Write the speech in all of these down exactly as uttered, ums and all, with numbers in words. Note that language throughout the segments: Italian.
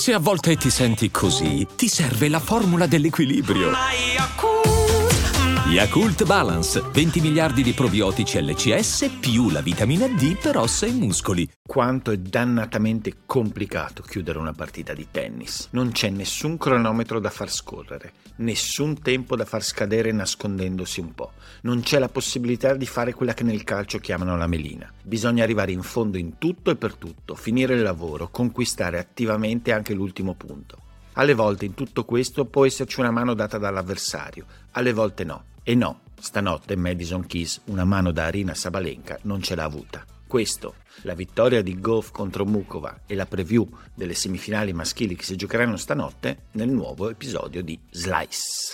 Se a volte ti senti così, ti serve la formula dell'equilibrio. Yakult Balance, venti miliardi di probiotici L C S più la vitamina D per ossa e muscoli. Quanto è dannatamente complicato chiudere una partita di tennis. Non c'è nessun cronometro da far scorrere, nessun tempo da far scadere nascondendosi un po'. Non c'è la possibilità di fare quella che nel calcio chiamano la melina. Bisogna arrivare in fondo in tutto e per tutto, finire il lavoro, conquistare attivamente anche l'ultimo punto. Alle volte in tutto questo può esserci una mano data dall'avversario, alle volte no. E no, stanotte Madison Keys una mano da Aryna Sabalenka non ce l'ha avuta. Questo, la vittoria di Gauff contro Muchova e la preview delle semifinali maschili che si giocheranno stanotte nel nuovo episodio di Slice.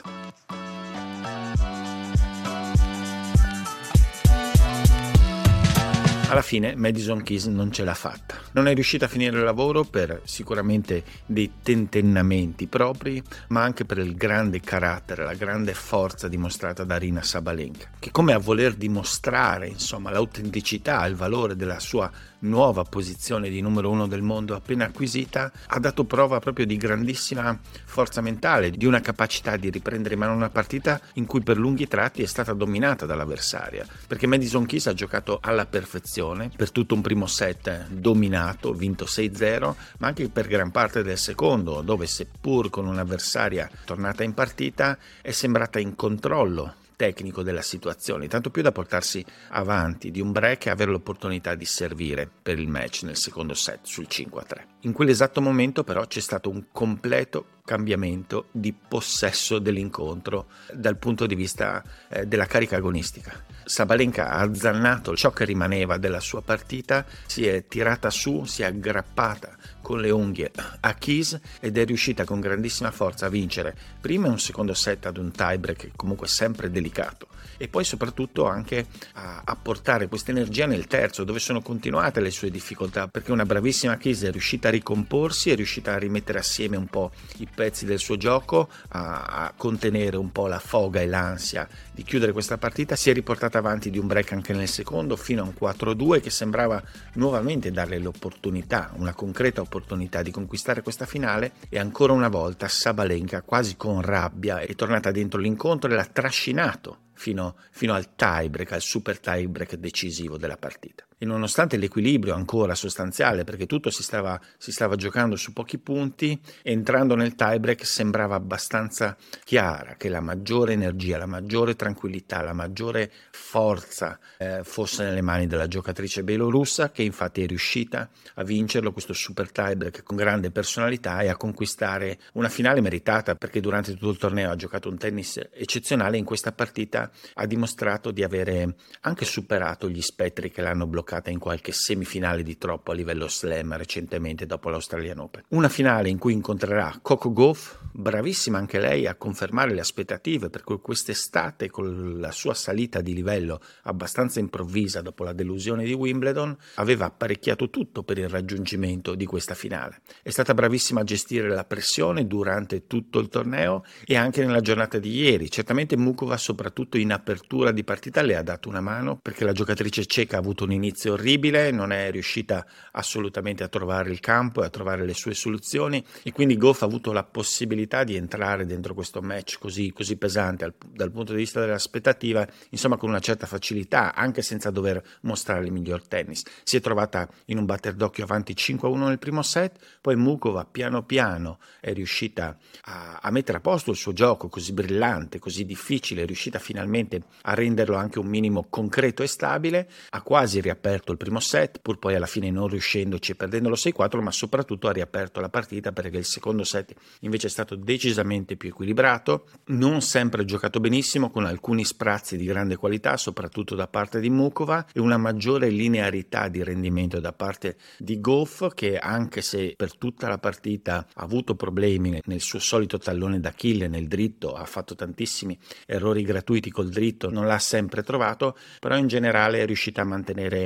Alla fine Madison Keys non ce l'ha fatta. Non è riuscita a finire il lavoro per sicuramente dei tentennamenti propri, ma anche per il grande carattere, la grande forza dimostrata da Aryna Sabalenka, che come a voler dimostrare insomma l'autenticità, il valore della sua nuova posizione di numero uno del mondo appena acquisita, ha dato prova proprio di grandissima forza mentale, di una capacità di riprendere in mano una partita in cui per lunghi tratti è stata dominata dall'avversaria, perché Madison Keys ha giocato alla perfezione per tutto un primo set dominato, vinto sei zero, ma anche per gran parte del secondo, dove seppur con un'avversaria tornata in partita è sembrata in controllo tecnico della situazione, tanto più da portarsi avanti di un break e avere l'opportunità di servire per il match nel secondo set sul cinque a tre. In quell'esatto momento però c'è stato un completo cambiamento di possesso dell'incontro dal punto di vista eh, della carica agonistica. Sabalenka ha azzannato ciò che rimaneva della sua partita, si è tirata su, si è aggrappata con le unghie a Keys ed è riuscita con grandissima forza a vincere prima un secondo set ad un tiebreak comunque sempre delicato e poi soprattutto anche a, a portare questa energia nel terzo, dove sono continuate le sue difficoltà, perché una bravissima Keys è riuscita a ricomporsi, è riuscita a rimettere assieme un po' i pezzi del suo gioco, a, a contenere un po' la foga e l'ansia di chiudere questa partita, si è riportata avanti di un break anche nel secondo fino a un quattro a due che sembrava nuovamente darle l'opportunità, una concreta opportunità di conquistare questa finale, e ancora una volta Sabalenka quasi con rabbia è tornata dentro l'incontro e l'ha trascinato fino, fino al tiebreak, al super tiebreak decisivo della partita. E nonostante l'equilibrio ancora sostanziale, perché tutto si stava, si stava giocando su pochi punti, entrando nel tiebreak sembrava abbastanza chiara che la maggiore energia, la maggiore tranquillità, la maggiore forza eh, fosse nelle mani della giocatrice belorussa, che infatti è riuscita a vincerlo questo super tiebreak con grande personalità e a conquistare una finale meritata, perché durante tutto il torneo ha giocato un tennis eccezionale e in questa partita ha dimostrato di avere anche superato gli spettri che l'hanno bloccato in qualche semifinale di troppo a livello slam recentemente dopo l'Australian Open. Una finale in cui incontrerà Coco Gauff, bravissima anche lei a confermare le aspettative, per cui quest'estate con la sua salita di livello abbastanza improvvisa dopo la delusione di Wimbledon aveva apparecchiato tutto per il raggiungimento di questa finale. È stata bravissima a gestire la pressione durante tutto il torneo e anche nella giornata di ieri. Certamente Muchova soprattutto in apertura di partita le ha dato una mano, perché la giocatrice ceca ha avuto un inizio orribile, non è riuscita assolutamente a trovare il campo e a trovare le sue soluzioni, e quindi Gauff ha avuto la possibilità di entrare dentro questo match così, così pesante al, dal punto di vista dell'aspettativa, insomma con una certa facilità, anche senza dover mostrare il miglior tennis. Si è trovata in un batter d'occhio avanti cinque a uno nel primo set, poi Muchova piano piano è riuscita a, a mettere a posto il suo gioco così brillante, così difficile, è riuscita finalmente a renderlo anche un minimo concreto e stabile, ha quasi riaperto il primo set, pur poi alla fine non riuscendoci e perdendolo sei quattro, ma soprattutto ha riaperto la partita perché il secondo set invece è stato decisamente più equilibrato, non sempre giocato benissimo, con alcuni sprazzi di grande qualità soprattutto da parte di Muchova e una maggiore linearità di rendimento da parte di Gauff, che anche se per tutta la partita ha avuto problemi nel suo solito tallone d'Achille, nel dritto, ha fatto tantissimi errori gratuiti col dritto, non l'ha sempre trovato, però in generale è riuscita a mantenere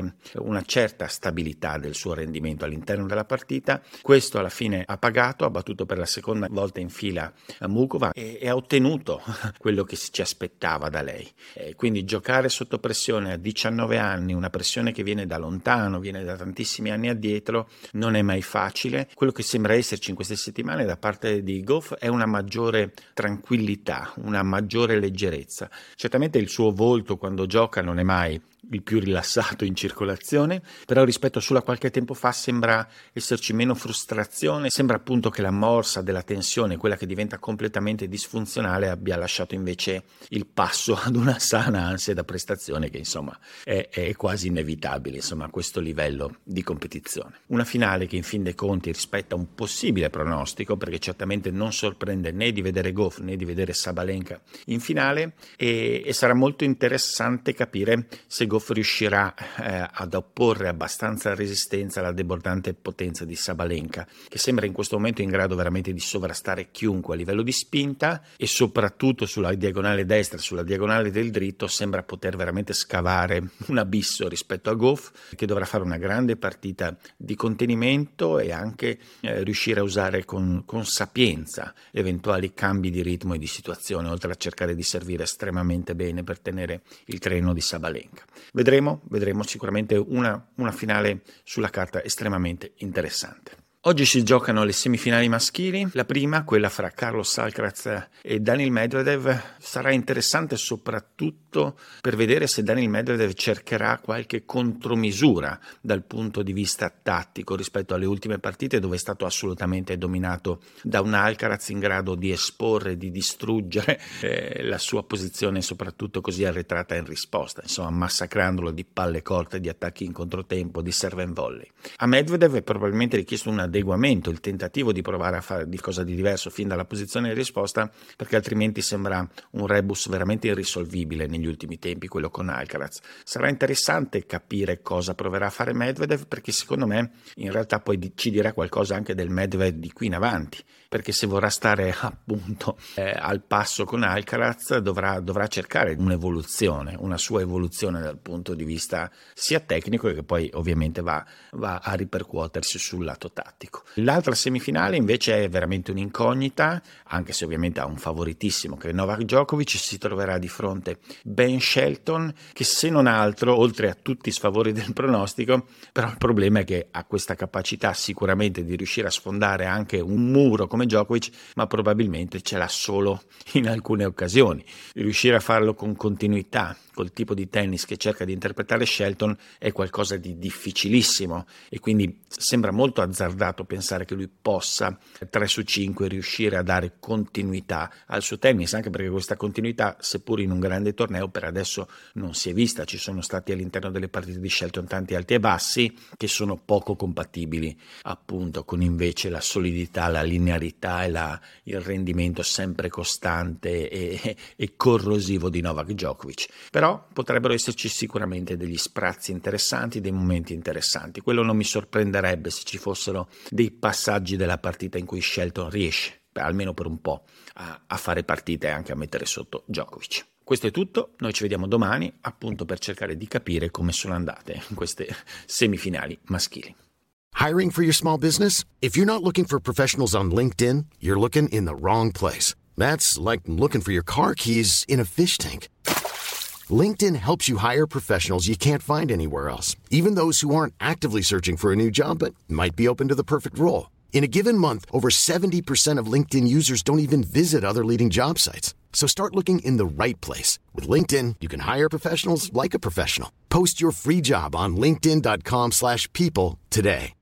con una certa stabilità del suo rendimento all'interno della partita. Questo alla fine ha pagato, ha battuto per la seconda volta in fila Mukova e, e ha ottenuto quello che ci aspettava da lei. E quindi giocare sotto pressione a diciannove anni, una pressione che viene da lontano, viene da tantissimi anni addietro, non è mai facile. Quello che sembra esserci in queste settimane da parte di Gauff è una maggiore tranquillità, una maggiore leggerezza. Certamente il suo volto quando gioca non è mai il più rilassato in circolazione, però rispetto a solo a qualche tempo fa sembra esserci meno frustrazione, sembra appunto che la morsa della tensione, quella che diventa completamente disfunzionale, abbia lasciato invece il passo ad una sana ansia da prestazione che insomma è, è quasi inevitabile insomma a questo livello di competizione. Una finale che in fin dei conti rispetta un possibile pronostico, perché certamente non sorprende né di vedere Gauff né di vedere Sabalenka in finale, e, e sarà molto interessante capire se Gauff riuscirà eh, ad opporre abbastanza resistenza alla debordante potenza di Sabalenka, che sembra in questo momento in grado veramente di sovrastare chiunque a livello di spinta, e soprattutto sulla diagonale destra, sulla diagonale del dritto, sembra poter veramente scavare un abisso rispetto a Gauff, che dovrà fare una grande partita di contenimento e anche eh, riuscire a usare con, con sapienza eventuali cambi di ritmo e di situazione, oltre a cercare di servire estremamente bene per tenere il treno di Sabalenka. Vedremo, vedremo sicuramente una, una finale sulla carta estremamente interessante. Oggi si giocano le semifinali maschili, la prima, quella fra Carlos Alcaraz e Daniil Medvedev, sarà interessante soprattutto per vedere se Daniil Medvedev cercherà qualche contromisura dal punto di vista tattico rispetto alle ultime partite, dove è stato assolutamente dominato da un Alcaraz in grado di esporre, di distruggere eh, la sua posizione, soprattutto così arretrata in risposta, insomma massacrandolo di palle corte, di attacchi in controtempo, di serve and volley. A Medvedev è probabilmente richiesto una adeguamento, il tentativo di provare a fare di cosa di diverso fin dalla posizione di risposta, perché altrimenti sembra un rebus veramente irrisolvibile negli ultimi tempi quello con Alcaraz. Sarà interessante capire cosa proverà a fare Medvedev, perché secondo me in realtà poi ci dirà qualcosa anche del Medvedev di qui in avanti, perché se vorrà stare appunto eh, al passo con Alcaraz dovrà, dovrà cercare un'evoluzione, una sua evoluzione dal punto di vista sia tecnico, che poi ovviamente va, va a ripercuotersi sul lato tattico. L'altra semifinale invece è veramente un'incognita, anche se ovviamente ha un favoritissimo che è Novak Djokovic. Si troverà di fronte Ben Shelton, che se non altro, oltre a tutti i sfavori del pronostico, però il problema è che ha questa capacità sicuramente di riuscire a sfondare anche un muro come Djokovic, ma probabilmente ce l'ha solo in alcune occasioni. Riuscire a farlo con continuità, col tipo di tennis che cerca di interpretare Shelton, è qualcosa di difficilissimo, e quindi sembra molto azzardato pensare che lui possa tre su cinque riuscire a dare continuità al suo tennis, anche perché questa continuità, seppur in un grande torneo, per adesso non si è vista. Ci sono stati all'interno delle partite di Shelton tanti alti e bassi che sono poco compatibili appunto con invece la solidità, la linearità e la, il rendimento sempre costante e, e corrosivo di Novak Djokovic. Però potrebbero esserci sicuramente degli sprazzi interessanti, dei momenti interessanti. Quello non mi sorprenderebbe se ci fossero dei passaggi della partita in cui Shelton riesce, almeno per un po', a, a fare partite e anche a mettere sotto Djokovic. Questo è tutto, noi ci vediamo domani appunto per cercare di capire come sono andate queste semifinali maschili. Hiring for your small business? If you're not looking for professionals on LinkedIn, you're looking in the wrong place. That's like looking for your car keys in a fish tank. LinkedIn helps you hire professionals you can't find anywhere else, even those who aren't actively searching for a new job but might be open to the perfect role. In a given month, over seventy percent of LinkedIn users don't even visit other leading job sites. So start looking in the right place. With LinkedIn, you can hire professionals like a professional. Post your free job on linkedin dot com slash people today.